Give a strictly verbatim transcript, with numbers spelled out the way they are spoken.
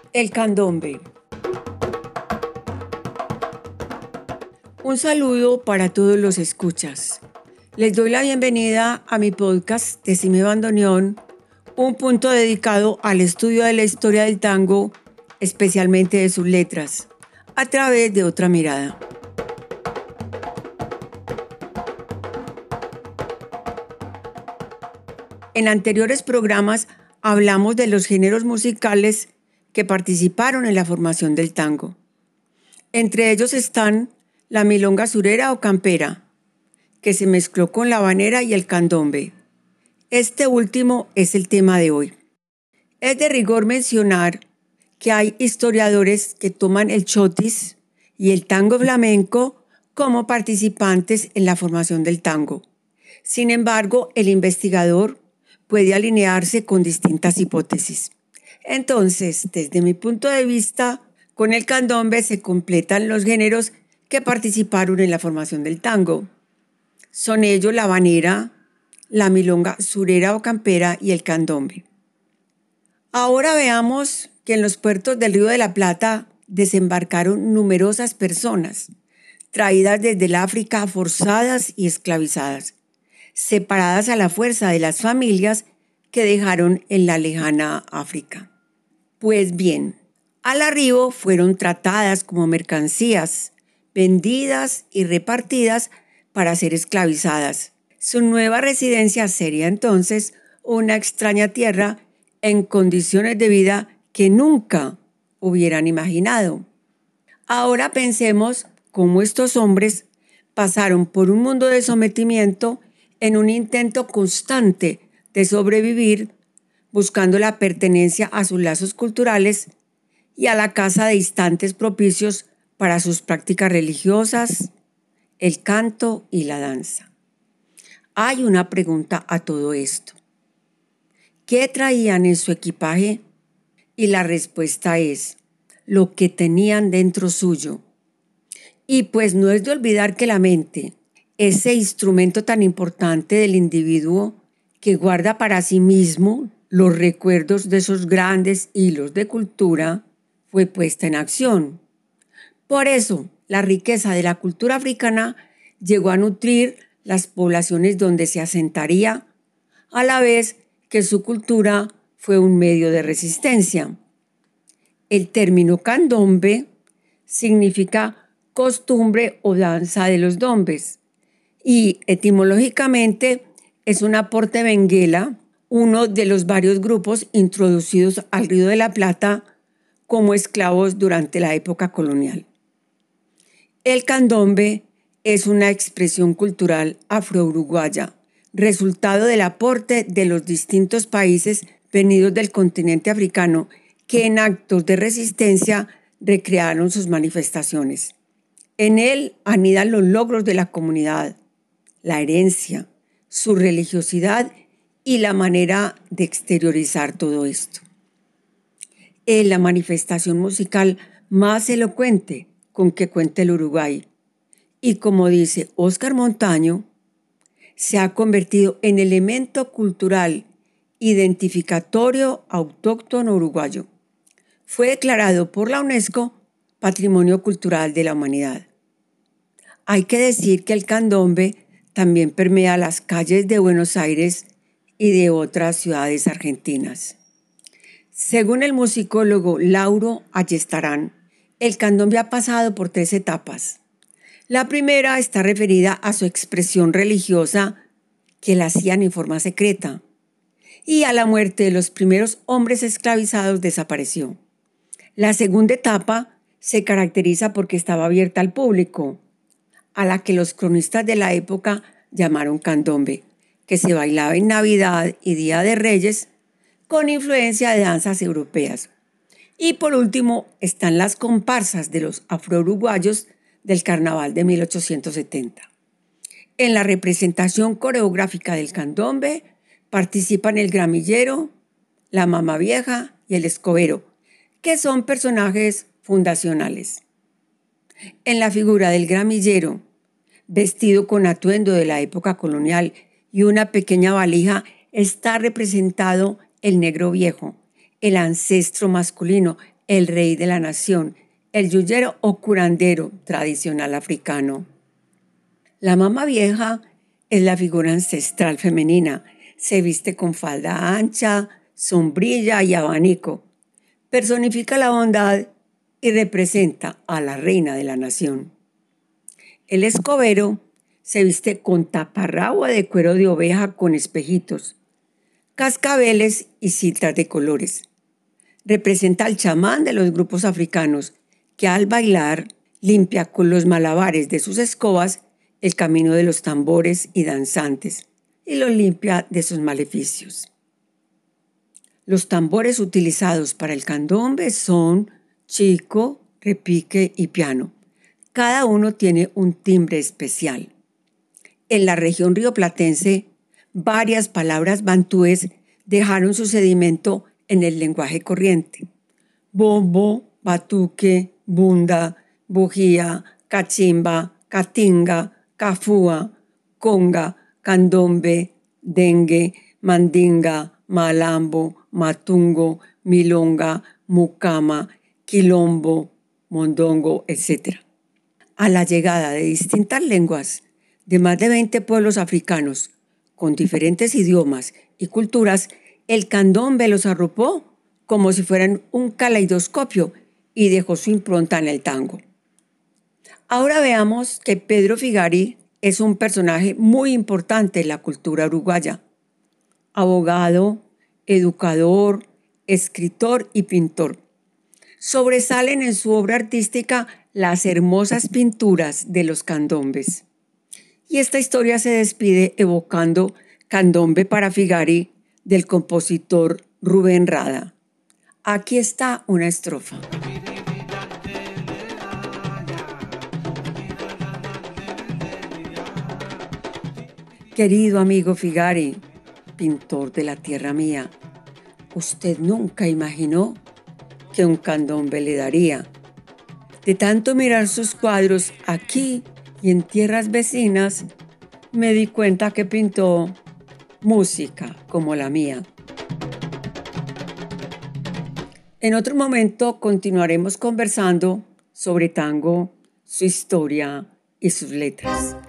El candombe. Un saludo para todos los escuchas. Les doy la bienvenida a mi podcast Decime Bandoneón, un punto dedicado al estudio de la historia del tango, especialmente de sus letras, a través de otra mirada. En anteriores programas hablamos de los géneros musicales que participaron en la formación del tango. Entre ellos están la milonga surera o campera, que se mezcló con la habanera y el candombe. Este último es el tema de hoy. Es de rigor mencionar que hay historiadores que toman el chotis y el tango flamenco como participantes en la formación del tango. Sin embargo, el investigador puede alinearse con distintas hipótesis. Entonces, desde mi punto de vista, con el candombe se completan los géneros que participaron en la formación del tango. Son ellos la habanera, la milonga surera o campera y el candombe. Ahora veamos que en los puertos del Río de la Plata desembarcaron numerosas personas, traídas desde el África forzadas y esclavizadas, separadas a la fuerza de las familias que dejaron en la lejana África. Pues bien, al arribo fueron tratadas como mercancías, vendidas y repartidas para ser esclavizadas. Su nueva residencia sería entonces una extraña tierra en condiciones de vida que nunca hubieran imaginado. Ahora pensemos cómo estos hombres pasaron por un mundo de sometimiento en un intento constante de sobrevivir, buscando la pertenencia a sus lazos culturales y a la caza de instantes propicios para sus prácticas religiosas, el canto y la danza. Hay una pregunta a todo esto. ¿Qué traían en su equipaje? Y la respuesta es lo que tenían dentro suyo. Y pues no es de olvidar que la mente, ese instrumento tan importante del individuo que guarda para sí mismo los recuerdos de esos grandes hilos de cultura, fue puesta en acción. Por eso, la riqueza de la cultura africana llegó a nutrir las poblaciones donde se asentaría, a la vez que su cultura fue un medio de resistencia. El término candombe significa costumbre o danza de los dombes y etimológicamente es un aporte benguela, uno de los varios grupos introducidos al Río de la Plata como esclavos durante la época colonial. El candombe es una expresión cultural afro-uruguaya, resultado del aporte de los distintos países venidos del continente africano que en actos de resistencia recrearon sus manifestaciones. En él anidan los logros de la comunidad, la herencia, su religiosidad y la manera de exteriorizar todo esto. Es la manifestación musical más elocuente con que cuenta el Uruguay. Y como dice Óscar Montaño, se ha convertido en elemento cultural identificatorio autóctono uruguayo. Fue declarado por la UNESCO Patrimonio Cultural de la Humanidad. Hay que decir que el candombe también permea las calles de Buenos Aires y de otras ciudades argentinas. Según el musicólogo Lauro Ayestarán, el candombe ha pasado por tres etapas. La primera está referida a su expresión religiosa que la hacían en forma secreta y a la muerte de los primeros hombres esclavizados desapareció. La segunda etapa se caracteriza porque estaba abierta al público, a la que los cronistas de la época llamaron candombe, que se bailaba en Navidad y Día de Reyes con influencia de danzas europeas. Y por último están las comparsas de los afro-uruguayos del Carnaval de mil ochocientos setenta. En la representación coreográfica del candombe participan el gramillero, la mamá vieja y el escobero, que son personajes fundacionales. En la figura del gramillero, vestido con atuendo de la época colonial y una pequeña valija, está representado el negro viejo, el ancestro masculino, el rey de la nación, el yuyero o curandero tradicional africano. La mama vieja es la figura ancestral femenina. Se viste con falda ancha, sombrilla y abanico. Personifica la bondad y representa a la reina de la nación. El escobero se viste con taparrabo de cuero de oveja con espejitos, cascabeles y cintas de colores. Representa al chamán de los grupos africanos que al bailar limpia con los malabares de sus escobas el camino de los tambores y danzantes y los limpia de sus maleficios. Los tambores utilizados para el candombe son chico, repique y piano. Cada uno tiene un timbre especial. En la región rioplatense, varias palabras bantúes dejaron su sedimento en el lenguaje corriente. Bombo, batuque, bunda, bujía, cachimba, catinga, cafúa, conga, candombe, dengue, mandinga, malambo, matungo, milonga, mucama, quilombo, mondongo, etcétera. A la llegada de distintas lenguas de más de veinte pueblos africanos con diferentes idiomas y culturas, el candombe los arropó como si fueran un caleidoscopio y dejó su impronta en el tango. Ahora veamos que Pedro Figari es un personaje muy importante en la cultura uruguaya. Abogado, educador, escritor y pintor. Sobresalen en su obra artística las hermosas pinturas de los candombes. Y esta historia se despide evocando Candombe para Figari del compositor Rubén Rada. Aquí está una estrofa. Querido amigo Figari, pintor de la tierra mía, usted nunca imaginó que un candombe le daría. De tanto mirar sus cuadros aquí y en tierras vecinas, me di cuenta que pintó música como la mía. En otro momento continuaremos conversando sobre tango, su historia y sus letras.